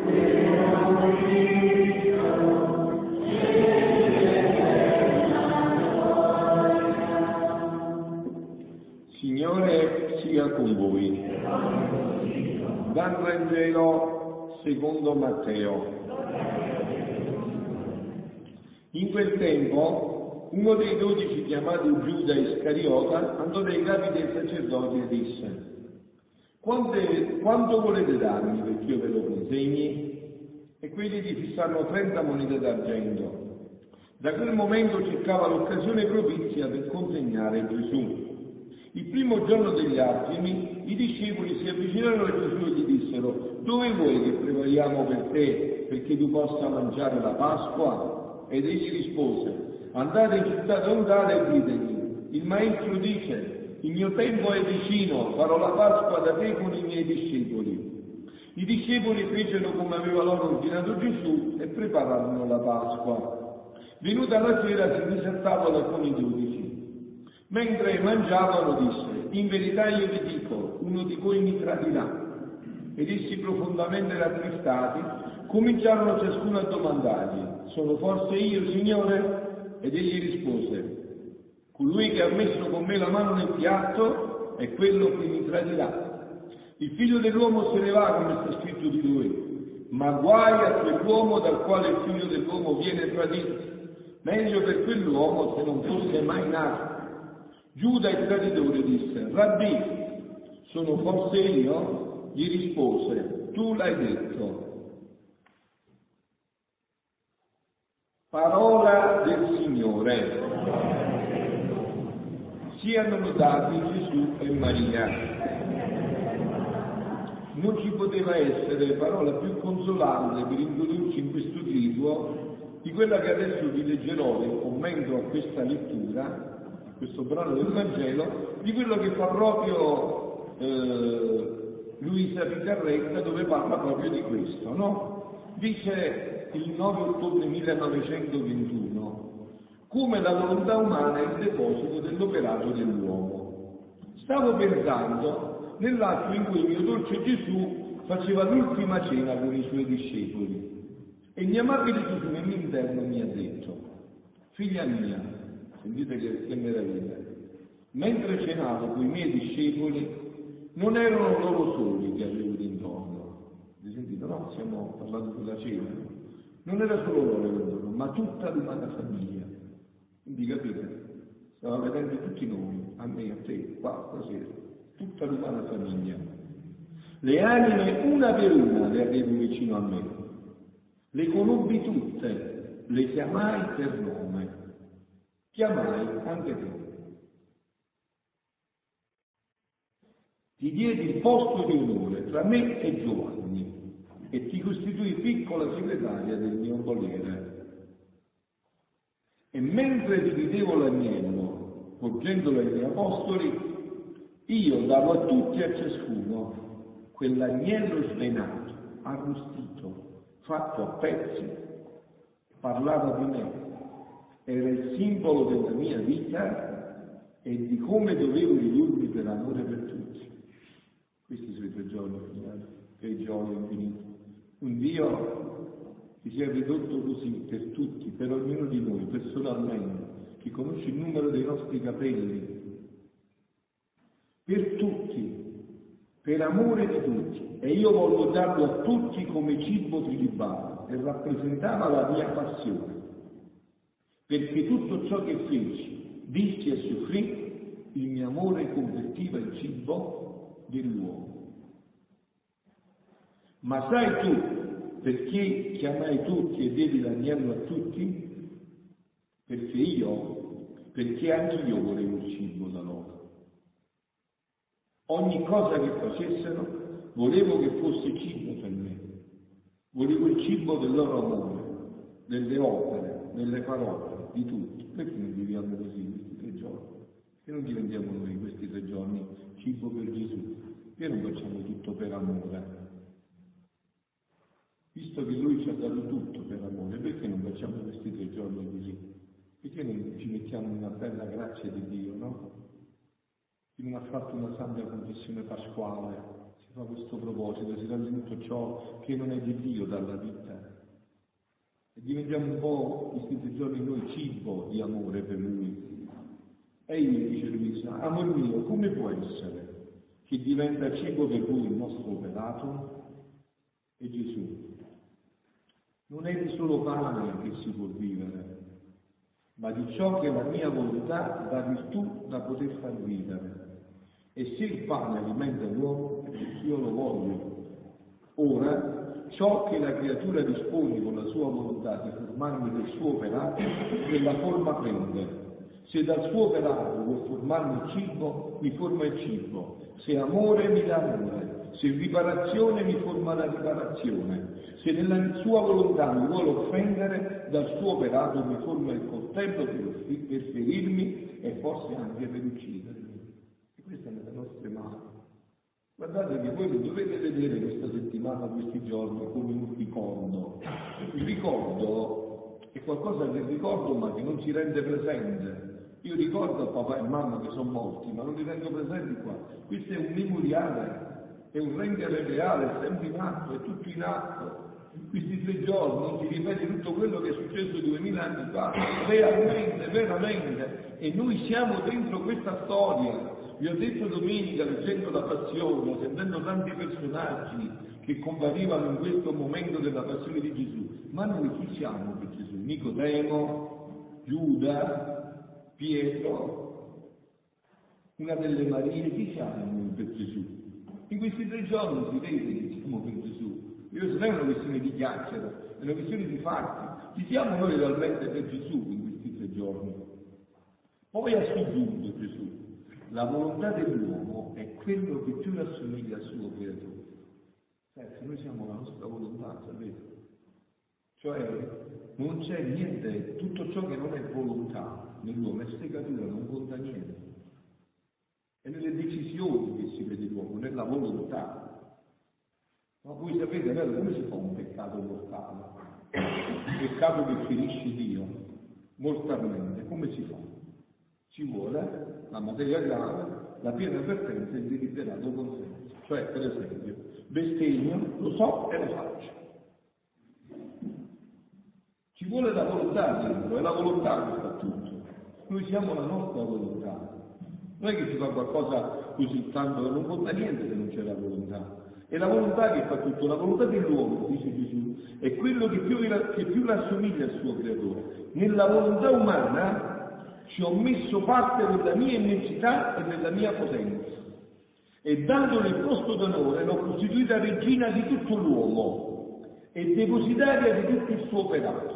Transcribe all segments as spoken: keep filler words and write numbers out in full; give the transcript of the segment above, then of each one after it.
Signore sia con voi. Dal Vangelo secondo Matteo. In quel tempo uno dei dodici, chiamato Giuda Iscariota, andò dai capi dei sacerdoti e disse: Quante, quanto volete darmi perché io ve lo consegni? E quelli gli fissarono trenta monete d'argento. Da quel momento cercava l'occasione propizia per consegnare Gesù. Il primo giorno degli attimi i discepoli si avvicinarono a Gesù e gli dissero: dove vuoi che prepariamo per te perché tu possa mangiare la Pasqua? Ed egli rispose: andate in città lontana e ditegli: il maestro dice, il mio tempo è vicino, farò la Pasqua da te con i miei discepoli. I discepoli fecero come aveva loro ordinato Gesù e prepararono la Pasqua. Venuta la sera si mise a tavola con i dodici. Mentre mangiavano disse: in verità io vi dico, uno di voi mi tradirà. Ed essi, profondamente rattristati, cominciarono ciascuno a domandargli: sono forse io, Signore? Ed egli rispose: colui che ha messo con me la mano nel piatto è quello che mi tradirà. Il figlio dell'uomo se ne va, come sta scritto di lui, ma guai a quell'uomo dal quale il figlio dell'uomo viene tradito. Meglio per quell'uomo se non fosse mai nato. Giuda il traditore disse: Rabbì, sono forse io? Gli rispose: tu l'hai detto. Parola del Signore. Siano lodati Gesù e Maria. Non ci poteva essere parola più consolante per introdurci in questo rito di quella che adesso vi leggerò nel commento a questa lettura, questo brano del Vangelo, di quello che fa proprio eh, Luisa Picarretta, dove parla proprio di questo, no? Dice il nove ottobre millenovecentoventuno: come la volontà umana è il deposito dell'operato dell'uomo. Stavo pensando nell'atto in cui il mio dolce Gesù faceva l'ultima cena con i suoi discepoli e il mio amabile Gesù nell'interno mi ha detto: figlia mia, sentite che, che meraviglia, mentre cenavo con i miei discepoli non erano loro soli che avevo d'intorno. Vi sentite, no? Stiamo parlando della cena. Non era solo loro intorno, ma tutta l'umana famiglia. Quindi capite? Stava vedendo tutti noi, a me, a te, qua, stasera, tutta l'umana famiglia. Le anime una per una le avevo vicino a me. Le conobbi tutte, le chiamai per nome. Chiamai anche te. Ti diedi il posto di onore tra me e Giovanni e ti costituì piccola segretaria del mio volere. E mentre dividevo l'agnello, porgendolo ai miei apostoli, io davo a tutti e a ciascuno quell'agnello svenato, arrostito, fatto a pezzi, parlava di me. Era il simbolo della mia vita e di come dovevo ridurmi per amore per tutti. Questi sono i tre giorni finali, che gioia infinita. Un Dio che si è ridotto così per tutti, per ognuno di noi, personalmente, che conosce il numero dei nostri capelli, per tutti, per amore di tutti. E io voglio darlo a tutti come cibo tribale, che rappresentava la mia passione. Perché tutto ciò che feci, dissi e soffrì, il mio amore convertiva il cibo dell'uomo. Ma sai tu perché chiamai tutti e diedi l'agnello a tutti? Perché io, perché anche io volevo il cibo da loro. Ogni cosa che facessero, volevo che fosse cibo per me. Volevo il cibo del loro amore, delle opere, delle parole, di tutti. Perché non viviamo così questi tre giorni? Perché non diventiamo noi questi tre giorni cibo per Gesù? Perché non facciamo tutto per amore? Visto che Lui ci ha dato tutto per amore, perché non facciamo questi tre giorni così? Perché non ci mettiamo in una bella grazia di Dio, no? Chi non ha fatto una santa confessione pasquale, si fa questo proposito, si toglie tutto ciò che non è di Dio dalla vita. E diventiamo un po' questi tre giorni noi cibo di amore per Lui. E io, dice Luisa, amor mio, come può essere che diventa cibo per Lui il nostro operato? E Gesù, non è di solo pane che si può vivere, ma di ciò che la mia volontà dà virtù da poter far vivere. E se il pane alimenta l'uomo, io lo voglio. Ora, ciò che la creatura dispone con la sua volontà di formarmi del suo operato, quella forma prende. Se dal suo operato vuol formarmi il cibo, mi forma il cibo. Se amore mi dà amore. Se riparazione mi forma la riparazione. Se nella sua volontà mi vuole offendere, dal suo operato mi forma il coltello per, per ferirmi e forse anche per uccidermi. E questo è nelle nostre mani. Guardate che voi lo dovete vedere questa settimana, questi giorni, come un ricordo. Il ricordo è qualcosa che ricordo ma che non si rende presente. Io ricordo a papà e mamma che sono morti, ma non li rendo presenti qua. Questo è un memoriale, è un rendere reale, è sempre in atto, è tutto in atto. In questi tre giorni si ripete tutto quello che è successo duemila anni fa, realmente, veramente. E noi siamo dentro questa storia. Vi ho detto domenica, leggendo la Passione, sentendo tanti personaggi che comparivano in questo momento della Passione di Gesù. Ma noi chi siamo per Gesù? Nicodemo, Giuda, Pietro, una delle Marie, chi siamo noi per Gesù? In questi tre giorni si vede che siamo per Gesù. Io non è una questione di chiacchiere, è una questione di fatti. Chi siamo noi realmente per Gesù in questi tre giorni? Poi ha soggiunto Gesù. La volontà dell'uomo è quello che più rassomiglia al suo creatore. Certo, noi siamo la nostra volontà, sapete? Cioè, non c'è niente, tutto ciò che non è volontà nell'uomo è stegatura, non conta niente. È nelle decisioni che si vede l'uomo, nella volontà. Ma voi sapete, vero, come si fa un peccato mortale? Un peccato che ferisce Dio, mortalmente, come si fa? Ci vuole la materia grave, la piena avvertenza e il deliberato consenso. Cioè, per esempio, bestemmio, lo so e lo faccio. Ci vuole la volontà dentro, è la volontà che fa tutto. Noi siamo la nostra volontà. Non è che si fa qualcosa così tanto, non conta niente se non c'è la volontà. È la volontà che fa tutto, la volontà dell'uomo, dice Gesù, è quello che più, che più rassomiglia al suo creatore. Nella volontà umana ci ho messo parte della mia immensità e della mia potenza. E dandole il posto d'onore l'ho costituita regina di tutto l'uomo e depositaria di tutto il suo operato.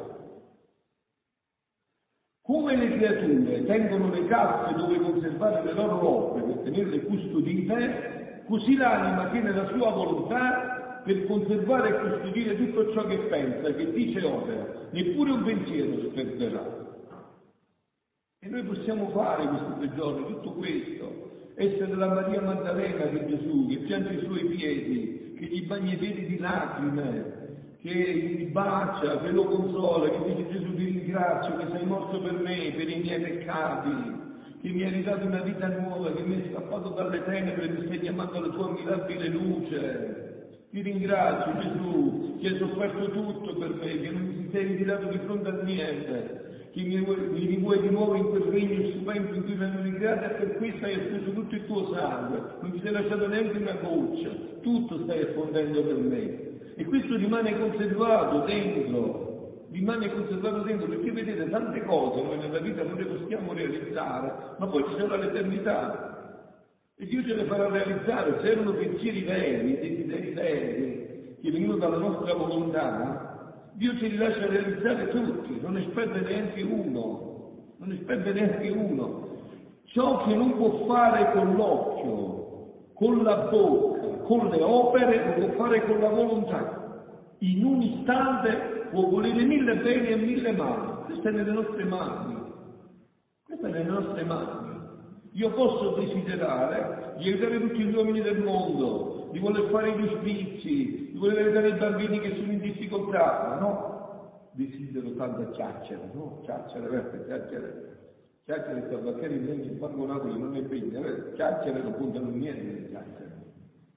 Come le creature tengono le caffe dove conservare le loro opere per tenerle custodite, così l'anima tiene la sua volontà per conservare e custodire tutto ciò che pensa, che dice e opera, neppure un pensiero sperderà. E noi possiamo fare questi tre giorni tutto questo, essere la Maria Maddalena di Gesù, che piange i suoi piedi, che gli bagna i piedi di lacrime, che gli bacia, che lo consola, che dice Gesù ti ringrazio che sei morto per me, per i miei peccati, che mi hai ridato una vita nuova, che mi hai scappato dalle tenebre e mi stai chiamando alla tua mirabile luce. Ti ringrazio Gesù, che hai sofferto tutto per me, che non ti sei ritirato di fronte a niente, che mi, mi rivuoi di nuovo in quel regno stupendo in cui mi hanno ricreato e per questo hai speso tutto il tuo sangue, non ti sei lasciato neanche una goccia, tutto stai affondendo per me. E questo rimane conservato dentro, rimane conservato dentro, perché vedete tante cose noi nella vita non le possiamo realizzare, ma poi ci sarà l'eternità. E Dio ce le farà realizzare, se erano pensieri veri, desideri veri, che vengono dalla nostra volontà, Dio ce li lascia realizzare tutti, non ne sperde neanche uno, non ne sperde neanche uno. Ciò che non può fare con l'occhio, con la bocca, con le opere, lo può fare con la volontà. In un istante può volere mille beni e mille mali. Questo è nelle nostre mani. Questo è nelle nostre mani. Io posso desiderare di aiutare tutti gli uomini del mondo, di voler fare gli ospizi, di voler aiutare i bambini che sono in difficoltà, ma no, desidero tanta chiacchiera, no? Chiacchiere, vero? Chiacchiere, chiacchiere che a Baccheri in mente fanno una cosa, non è bene, chiacchiere non contano niente le chiacchiere.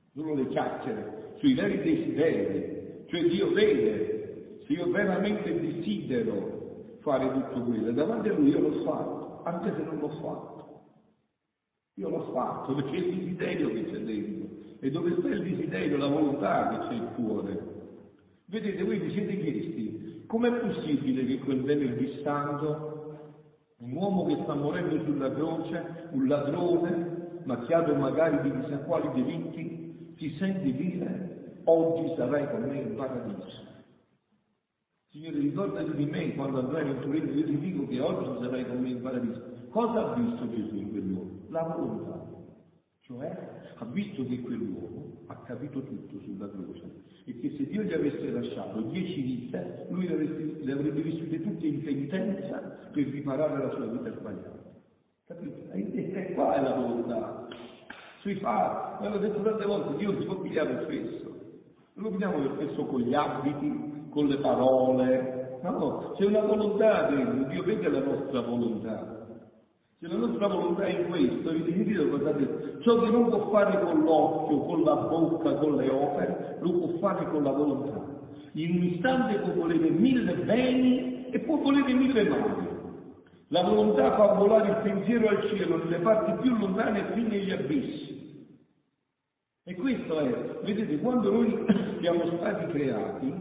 sono le chiacchiere sui veri desideri, cioè Dio vede se io veramente desidero fare tutto quello, davanti a Lui io l'ho fatto, anche se non l'ho fatto. Io l'ho fatto perché è il desiderio che c'è dentro, e dove sta il desiderio, la volontà che c'è il cuore. Vedete, voi vi siete chiesti, com'è possibile che quel venerdì santo, un uomo che sta morendo sulla croce, un ladrone, macchiato magari di chissà quali delitti, si sente dire, oggi sarai con me in paradiso. Signore, ricordati di me quando andrai nel tuo regno, io ti dico che oggi sarai con me in paradiso. Cosa ha visto Gesù in quell'uomo? La volontà. Cioè, ha visto che quell'uomo ha capito tutto sulla croce e che se Dio gli avesse lasciato dieci vite, lui le avrebbe, le avrebbe vissute tutte in penitenza per riparare la sua vita sbagliata. Capito? E qua è la volontà. Sui fatti, l'ho detto tante volte, Dio si può pigliare spesso. Non lo pigliamo spesso con gli abiti, con le parole. No, c'è una volontà dentro, Dio vede la nostra volontà. Se la nostra volontà è in questo, vi dico, guardate, ciò che non può fare con l'occhio, con la bocca, con le opere, lo può fare con la volontà. In un istante può volere mille beni e può volere mille mali. La volontà fa volare il pensiero al cielo, nelle parti più lontane e fino agli abissi. E questo è, vedete, quando noi siamo stati creati,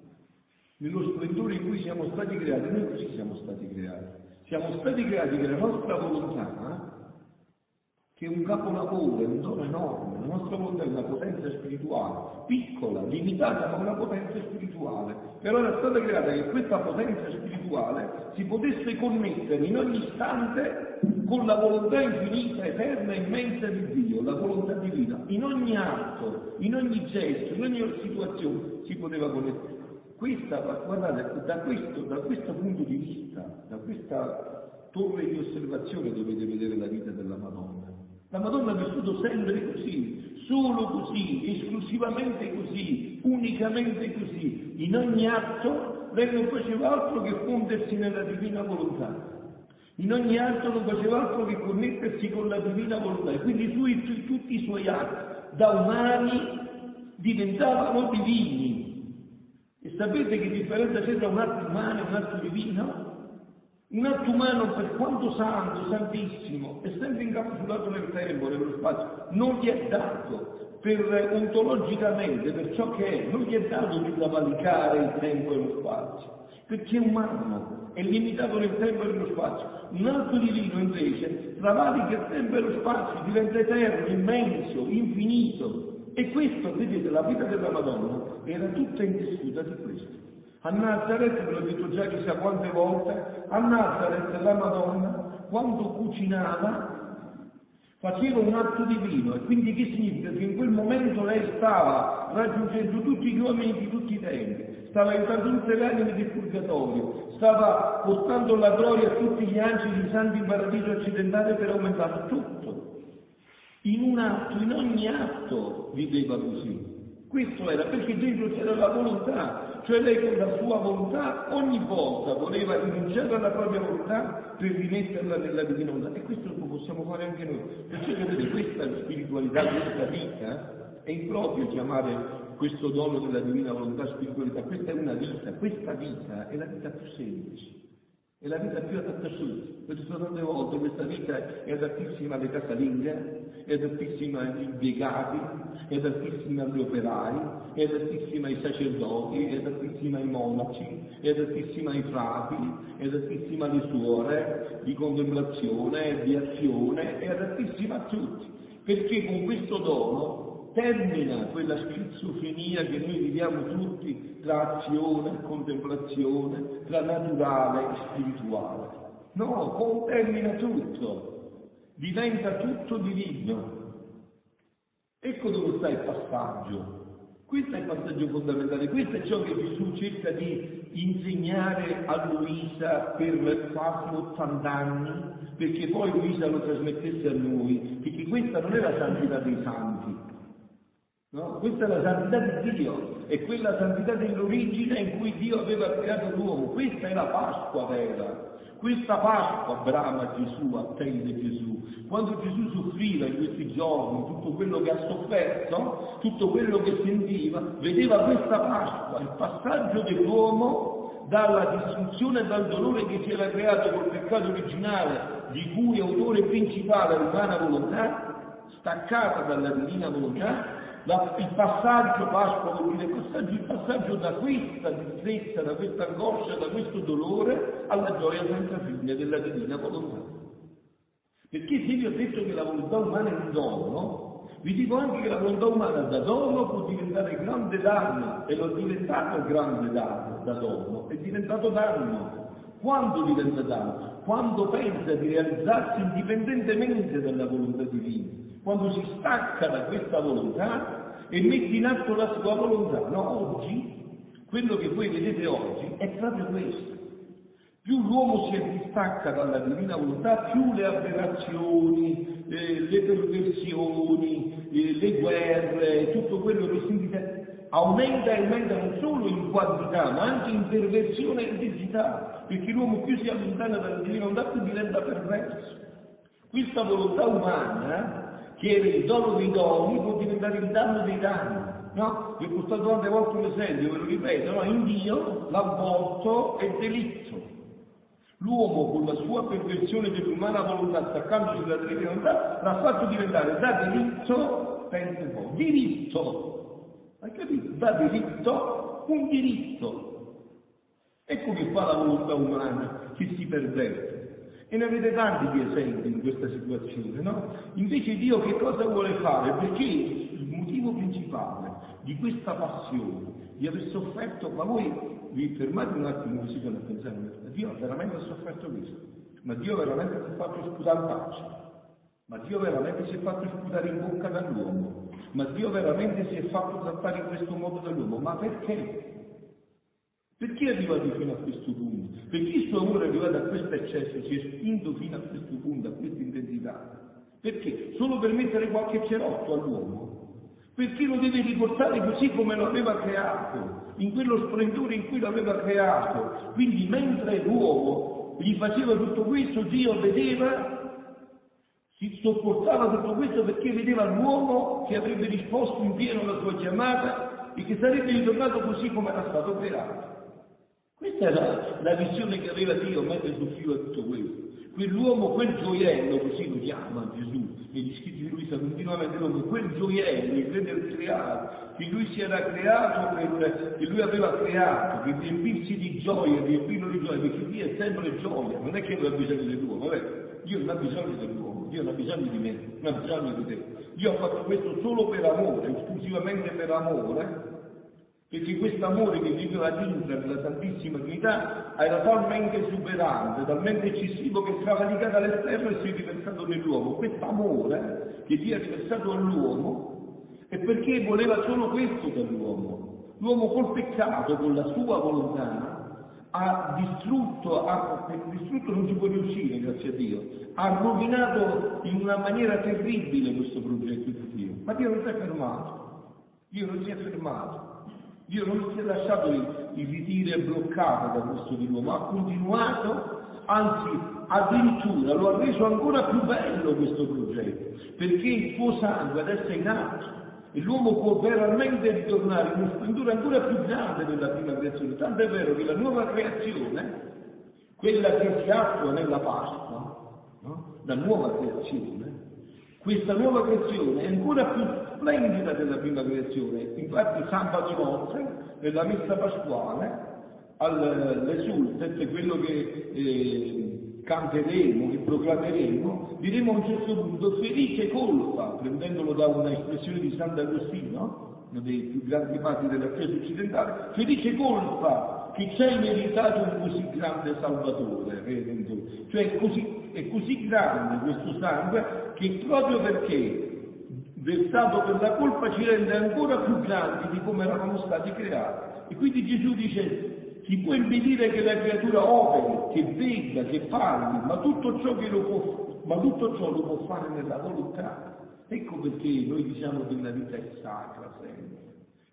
nello splendore in cui siamo stati creati, noi così siamo stati creati. Siamo stati creati che la nostra volontà, che è un capolavoro, è un dono enorme, la nostra volontà è una potenza spirituale, piccola, limitata, ma una potenza spirituale. Però era stata creata che questa potenza spirituale si potesse connettere in ogni istante con la volontà infinita, eterna, immensa di Dio, la volontà divina. In ogni atto, in ogni gesto, in ogni situazione si poteva connettere. Questa, guardate, da questo, da questo punto di vista, da questa torre di osservazione dovete vedere la vita della Madonna. La Madonna ha vissuto sempre così, solo così, esclusivamente così, unicamente così. In ogni atto lei non faceva altro che fondersi nella divina volontà. In ogni atto non faceva altro che connettersi con la divina volontà. E quindi su, su, tutti i suoi atti, da umani, diventavano divini. E sapete che differenza c'è tra un atto umano e un atto divino? Un atto umano, per quanto santo, santissimo, è sempre incapsulato nel tempo, nello spazio, non gli è dato, per, ontologicamente, per ciò che è, non gli è dato di travalicare il tempo e lo spazio, perché è umano, è limitato nel tempo e nello spazio. Un atto divino, invece, travalica il tempo e lo spazio, diventa eterno, immenso, infinito. E questo, vedete, la vita della Madonna era tutta intessuta di questo. A Nazareth, ve l'ho detto già chissà quante volte, a Nazareth la Madonna, quando cucinava, faceva un atto divino. E quindi che significa? Che in quel momento lei stava raggiungendo tutti gli uomini di tutti i tempi, stava aiutando tutte le anime del purgatorio, stava portando la gloria a tutti gli angeli santi in paradiso occidentale per aumentare tutto. In un atto, in ogni atto viveva così. Questo era perché dentro c'era la volontà, cioè lei con la sua volontà ogni volta voleva rinunciare alla propria volontà per rimetterla nella divina volontà. E questo lo possiamo fare anche noi. Perché vedete, questa spiritualità, questa vita, è improprio chiamare questo dono della divina volontà spiritualità. Questa è una vita, questa vita è la vita più semplice. È la vita più adatta a tutti. Ho detto tante volte, questa vita è adattissima alle casalinghe, è adattissima agli impiegati, è adattissima agli operai, è adattissima ai sacerdoti, è adattissima ai monaci, è adattissima ai frati, è adattissima alle suore di contemplazione, di azione, è adattissima a tutti. Perché con questo dono termina quella schizofrenia che noi viviamo tutti tra azione e contemplazione, tra naturale e spirituale. No, termina tutto, diventa tutto divino. Ecco dove sta il passaggio. Questo è il passaggio fondamentale, questo è ciò che Gesù cerca di insegnare a Luisa per quasi ottanta anni, perché poi Luisa lo trasmettesse a noi, perché questa non è la santità dei santi. No? Questa è la santità di Dio, è quella santità dell'origine in cui Dio aveva creato l'uomo, questa è la Pasqua vera, Questa Pasqua brama Gesù, attende Gesù. Quando Gesù soffriva in questi giorni, tutto quello che ha sofferto, tutto quello che sentiva, vedeva questa Pasqua, il passaggio dell'uomo dalla distruzione e dal dolore che si era creato col peccato originale, di cui autore principale è l'umana volontà, staccata dalla divina volontà. La, il passaggio, Pasqua vuol dire passaggio, il passaggio da questa tristezza, da questa angoscia, da questo dolore alla gioia senza fine della divina volontà. Perché se vi ho detto che la volontà umana è un dono, vi dico anche che la volontà umana da dono può diventare grande danno, e lo è diventato grande danno da dono, è diventato danno. Quando diventa danno? Quando pensa di realizzarsi indipendentemente dalla volontà divina. Quando si stacca da questa volontà e mette in atto la sua volontà. No, oggi, quello che voi vedete oggi è proprio questo. Più l'uomo si distacca dalla divina volontà, più le aberrazioni, eh, le perversioni, eh, le guerre, tutto quello che si dice, aumenta e aumenta non solo in quantità, ma anche in perversione e intensità, perché l'uomo più si allontana dalla divina volontà, più diventa perverso. Questa volontà umana, che era il dono dei doni, può diventare il danno dei danni, no? Vi ho portato tante volte un esempio, ve lo ripeto, no? In Dio l'aborto è delitto. L'uomo con la sua perversione dell'umana volontà, staccandosi dalla divina volontà, l'ha fatto diventare da delitto, pensa un po', diritto. Hai capito? Da delitto, un diritto. Ecco che fa la volontà umana, che si perverte. E ne avete tanti di esempi in questa situazione, no? Invece Dio che cosa vuole fare? Perché il motivo principale di questa passione, di aver sofferto, ma voi vi fermate un attimo così per pensare, ma Dio veramente ha sofferto questo? Ma Dio veramente si è fatto sputare in faccia? Ma Dio veramente si è fatto sputare in bocca dall'uomo? Ma Dio veramente si è fatto trattare in questo modo dall'uomo? Ma perché? Perché è arrivato fino a questo punto? Perché il suo amore è arrivato a questo eccesso, si è spinto fino a questo punto, a questa intensità? Perché? Solo per mettere qualche cerotto all'uomo? Perché lo deve riportare così come lo aveva creato, in quello splendore in cui lo aveva creato. Quindi mentre l'uomo gli faceva tutto questo, Dio vedeva, si sopportava tutto questo perché vedeva l'uomo che avrebbe risposto in pieno alla sua chiamata e che sarebbe ritornato così come era stato creato. Questa è la, la visione che aveva Dio mentre soffriva tutto questo. Quell'uomo, quel gioiello, così lo chiama Gesù, negli scritti di Luisa continuamente l'uomo, quel gioiello, il re del creato, che lui si era creato, per, che lui aveva creato, per riempirsi di gioia, riempirlo di gioia, perché Dio è sempre gioia, non è che lui ha bisogno dell'uomo, vabbè, Dio non ha bisogno dell'uomo, Dio non ha bisogno di me, non ha bisogno di te. Dio ha fatto questo solo per amore, esclusivamente per amore, perché questo amore che viveva dentro nella Santissima Trinità era talmente esuberante, talmente eccessivo che travalicava l'esterno e si è riversato nell'uomo. Questo amore che Dio ha riversato all'uomo è perché voleva solo questo dall'uomo. L'uomo col peccato, con la sua volontà, ha distrutto, ha, per distrutto non si può riuscire, grazie a Dio, ha rovinato in una maniera terribile questo progetto di Dio. Ma Dio non si è fermato, Dio non si è fermato. Dio non si è lasciato irritire e bloccato da questo di nuovo, ma ha continuato, anzi addirittura lo ha reso ancora più bello questo progetto, perché il suo sangue adesso è in atto e l'uomo può veramente ritornare in uno splendore ancora più grande della prima creazione, tanto è vero che la nuova creazione, quella che si attua nella Pasqua, no? La nuova creazione, questa nuova creazione è ancora più splendida della prima creazione. Infatti sabato notte, nella messa pasquale, all'esultet, quello che eh, canteremo, che proclameremo, diremo a un certo punto felice colpa, prendendolo da una espressione di Sant'Agostino, uno dei più grandi padri della Chiesa occidentale, felice colpa che ci hai meritato un così grande Salvatore, Redentore. Cioè è così, è così grande questo sangue che proprio perché versato per la colpa ci rende ancora più grandi di come eravamo stati creati. E quindi Gesù dice, chi può impedire che la creatura operi, che veda, che parli, ma tutto ciò che lo può, ma tutto ciò lo può fare nella volontà. Ecco perché noi diciamo che la vita è sacra sempre.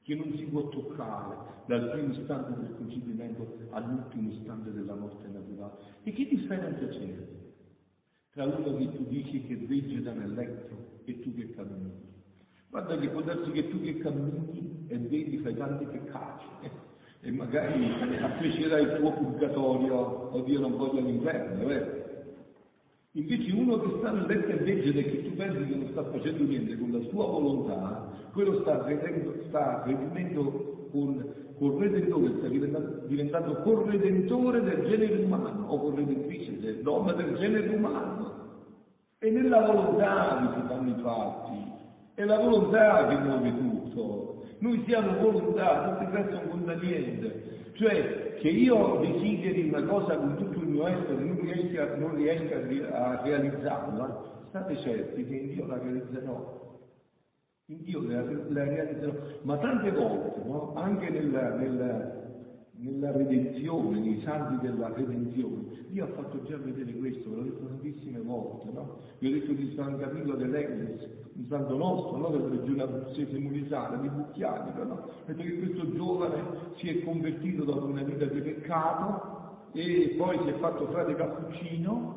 che non si può toccare dal primo istante del concepimento all'ultimo istante della morte naturale. E che differenza c'è tra uno che tu dici che vegeta nel letto e tu che cammini? Guarda che può darsi che tu che cammini e vedi fai tanti peccati eh, e magari accrescerai il tuo purgatorio, o Dio non voglia l'inferno, eh. Invece uno che sta nel letto e vegeta e che tu pensi che non sta facendo niente con la sua volontà, quello sta redendo, sta redimendo con, col Redentore, sta diventato, diventato corredentore del genere umano, o corredentrice del donna del genere umano. E nella volontà che si fanno i fatti, è la volontà che muove tutto. Noi siamo volontà, non si resta conta niente. Cioè, che io desideri una cosa con tutto il mio essere, non riesca, non riesca a realizzarla, state certi che in Dio la realizzerò. In Dio la, la realizzerò. Ma tante volte, no? Anche nella, nella, nella redenzione, nei salvi della redenzione, Dio ha fatto già vedere questo, l'ho detto tantissime volte, no? Vi ho detto di San Camillo dell'Eglis, un santo nostro, no? Della regione abruzzese mulisana, di Bucchianico, no? Perché questo giovane si è convertito dopo una vita di peccato e poi si è fatto frate cappuccino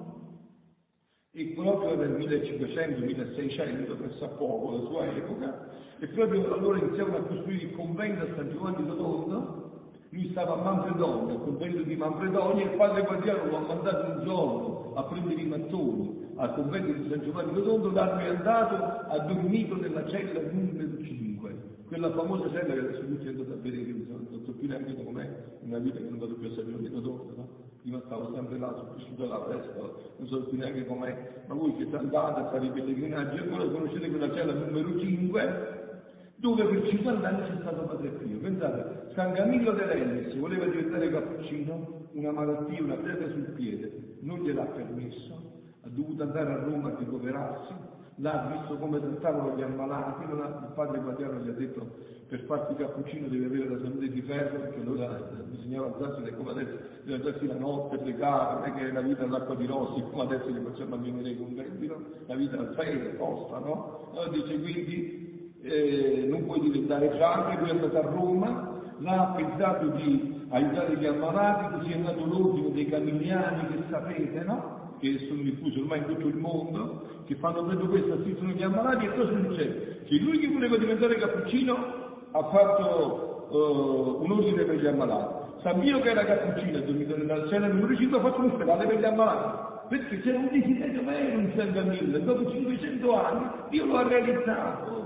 e proprio nel millecinquecento milleseicento, pensa poco, la sua epoca, e proprio allora iniziamo a costruire il convento a San Giovanni Rotondo. Lui stava a Manfredonia, al convento di Manfredonia, e il padre Guardiano lo ha mandato un giorno a prendere i mattoni al convento di San Giovanni Rotondo, da cui è andato, ha dormito nella cella numero cinque, quella famosa cella che adesso tutti andate a vedere, che non so più neanche com'è, una vita che non vado più a San Giovanni Rotondo, no? Prima stavo sempre là, sono cresciuto là presto, non so più neanche com'è, ma voi siete andati a fare i pellegrinaggi, ancora conoscete quella cella numero cinque, dove per cinquanta anni c'è stato Padre Pio. Pensate, San Camillo dell'Eglis voleva diventare cappuccino, una malattia, una piega sul piede, non gliel'ha permesso, ha dovuto andare a Roma a ricoverarsi, là ha visto come trattavano gli ammalati, il padre Guardiano gli ha detto per farsi cappuccino devi avere la salute di ferro, perché allora bisognava alzarsi come adesso, deve alzarsi la notte, pregare, non è che la vita all'acqua di rossi, come adesso li facciamo avvenire i conventi, no? La vita al fede, costa, no? Allora dice quindi Eh, non puoi diventare frate, poi è andato a Roma, là ha pensato di aiutare gli ammalati, così è nato l'ordine dei camiliani che sapete, no? Che sono diffusi ormai in tutto il mondo, che fanno proprio questo, assistono gli ammalati, e cosa succede? Che lui che voleva diventare cappuccino ha fatto uh, un ordine per gli ammalati. San Pio che era cappuccino, ha dormito nella cella numero cinque, ha fatto un ospedale per gli ammalati, perché c'era un desiderio vero in San Camillo, e dopo cinquecento anni Dio lo ha realizzato.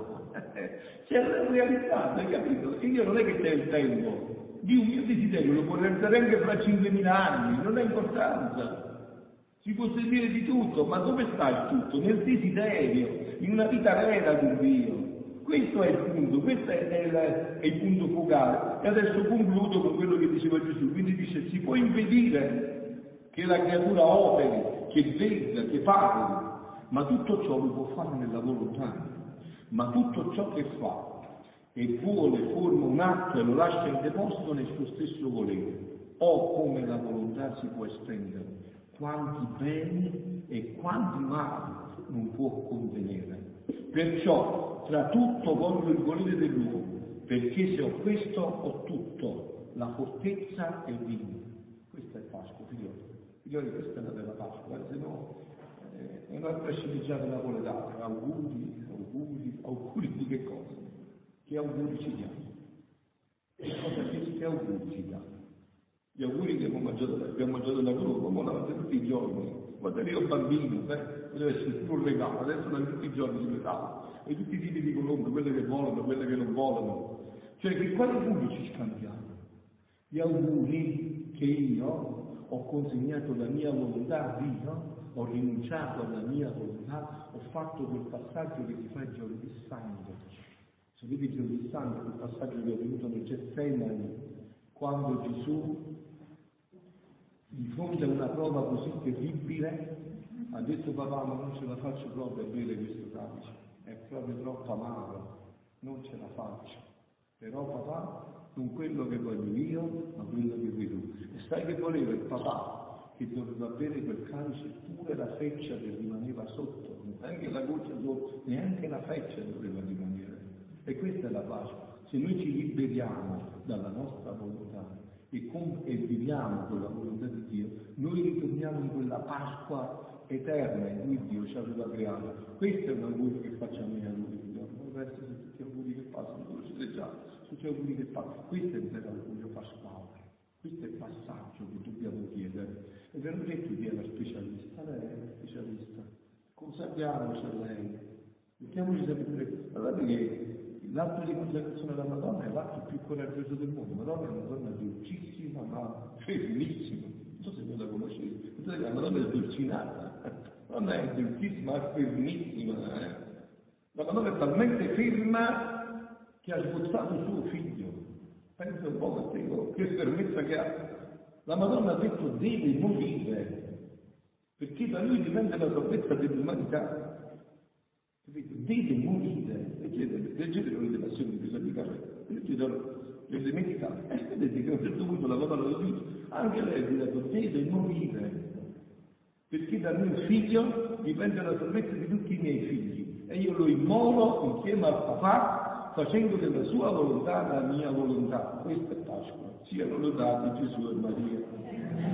C'è realizzato, hai capito? E io non è che c'è il tempo, di un mio desiderio lo può realizzare anche fra cinquemila anni, non ha importanza. Si può sentire di tutto, ma dove sta il tutto? Nel desiderio, in una vita vera con Dio. Questo è il punto, questo è, è, il, è il punto focale. E adesso concludo con quello che diceva Gesù. Quindi dice, si può impedire che la creatura operi, che veda, che parli, ma tutto ciò lo può fare nella volontà. Ma tutto ciò che fa e vuole forma un atto e lo lascia in deposito nel suo stesso volere, o come la volontà si può estendere, quanti beni e quanti mali non può contenere. Perciò tra tutto voglio il volere dell'uomo, perché se ho questo ho tutto, la fortezza è vinta. Questa è Pasqua, figlioli. Figlioli, questa è la vera Pasqua, se no eh, è un'altra sceneggiata napoletana, auguri, auguri, auguri di che cosa? Che auguri ci diamo? Che cosa che, che auguri ci diamo? Gli auguri che abbiamo mangiato, abbiamo mangiato da gruppo, ma la tutti i giorni. Quando ero bambino, beh, deve essere più un regalo, adesso da tutti i giorni si regala. E tutti i tipi di colombe, quelle che volano, quelle che non volano. Cioè che quali auguri ci scambiamo? Gli auguri che io ho consegnato la mia volontà a Dio, ho rinunciato alla mia volontà, ho fatto quel passaggio che ti fa il giorno di sangue. Sapete il giorno di sangue, quel passaggio che è avvenuto nel Getsemani, quando Gesù, di fronte a una prova così terribile, ha detto papà, ma non ce la faccio proprio a bere questo calice, è proprio troppo amaro, non ce la faccio. Però papà, non quello che voglio io, ma quello che vuoi tu. E sai che voleva il papà? Che doveva bere quel calice pure la feccia che rimaneva sotto, neanche la goccia sotto, neanche la feccia doveva rimanere. E questa è la Pasqua. Se noi ci liberiamo dalla nostra volontà e, com- e viviamo con la volontà di Dio, noi ritorniamo in quella Pasqua eterna in cui Dio ci aveva creato. Questo è un augurio che facciamo in auguri, il resto sono tutti auguri che passano, lo siete già, tutti auguri che passano. Questo è il vero augurio pasquale, questo è il passaggio che dobbiamo chiedere. E ve l'ho detto chi è la specialista, lei è la specialista, consacriamoci a lei, mettiamoci sempre. Guardate che l'atto di consacrazione alla Madonna è l'atto più coraggioso del mondo. Madonna è una donna dolcissima ma fermissima. Non so se voi la conoscete, la Madonna è dolcinata, la Madonna è dolcissima ma fermissima. Eh? La Madonna è talmente ferma che ha sbozzato suo figlio. Pensa un po' a te, che fermezza che ha. La Madonna ha detto deve morire, perché da lui dipende la salvezza dell'umanità. Deve morire. Leggete, leggete le passioni di San Carlo, leggete le medicate, e vedete che a un certo punto la Madonna lo dice, anche lei ha detto deve morire, perché da mio figlio dipende la salvezza di tutti i miei figli, e io lo immolo insieme al papà, facendo della sua volontà la mia volontà. Questa è Pasqua. Siano lodati Gesù e Maria.